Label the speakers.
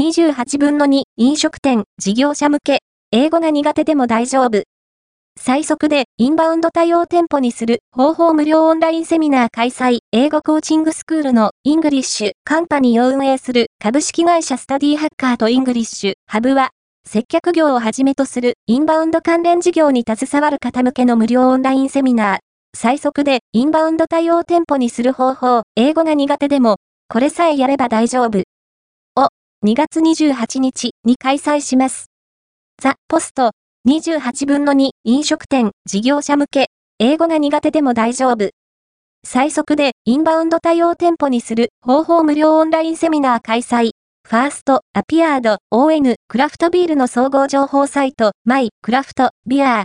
Speaker 1: 28分の2飲食店事業者向け、英語が苦手でも大丈夫。最速でインバウンド対応店舗にする方法無料オンラインセミナー開催。英語コーチングスクールのイングリッシュカンパニーを運営する株式会社スタディハッカーとイングリッシュハブは、接客業をはじめとするインバウンド関連事業に携わる方向けの無料オンラインセミナー。最速でインバウンド対応店舗にする方法。英語が苦手でも、これさえやれば大丈夫。を2月28日に開催します。ザ・ポスト28分の2飲食店事業者向け、英語が苦手でも大丈夫。最速でインバウンド対応店舗にする方法無料オンラインセミナー開催。ファースト、アピアード、ON、クラフトビールの総合情報サイト、マイ、クラフト、ビアー、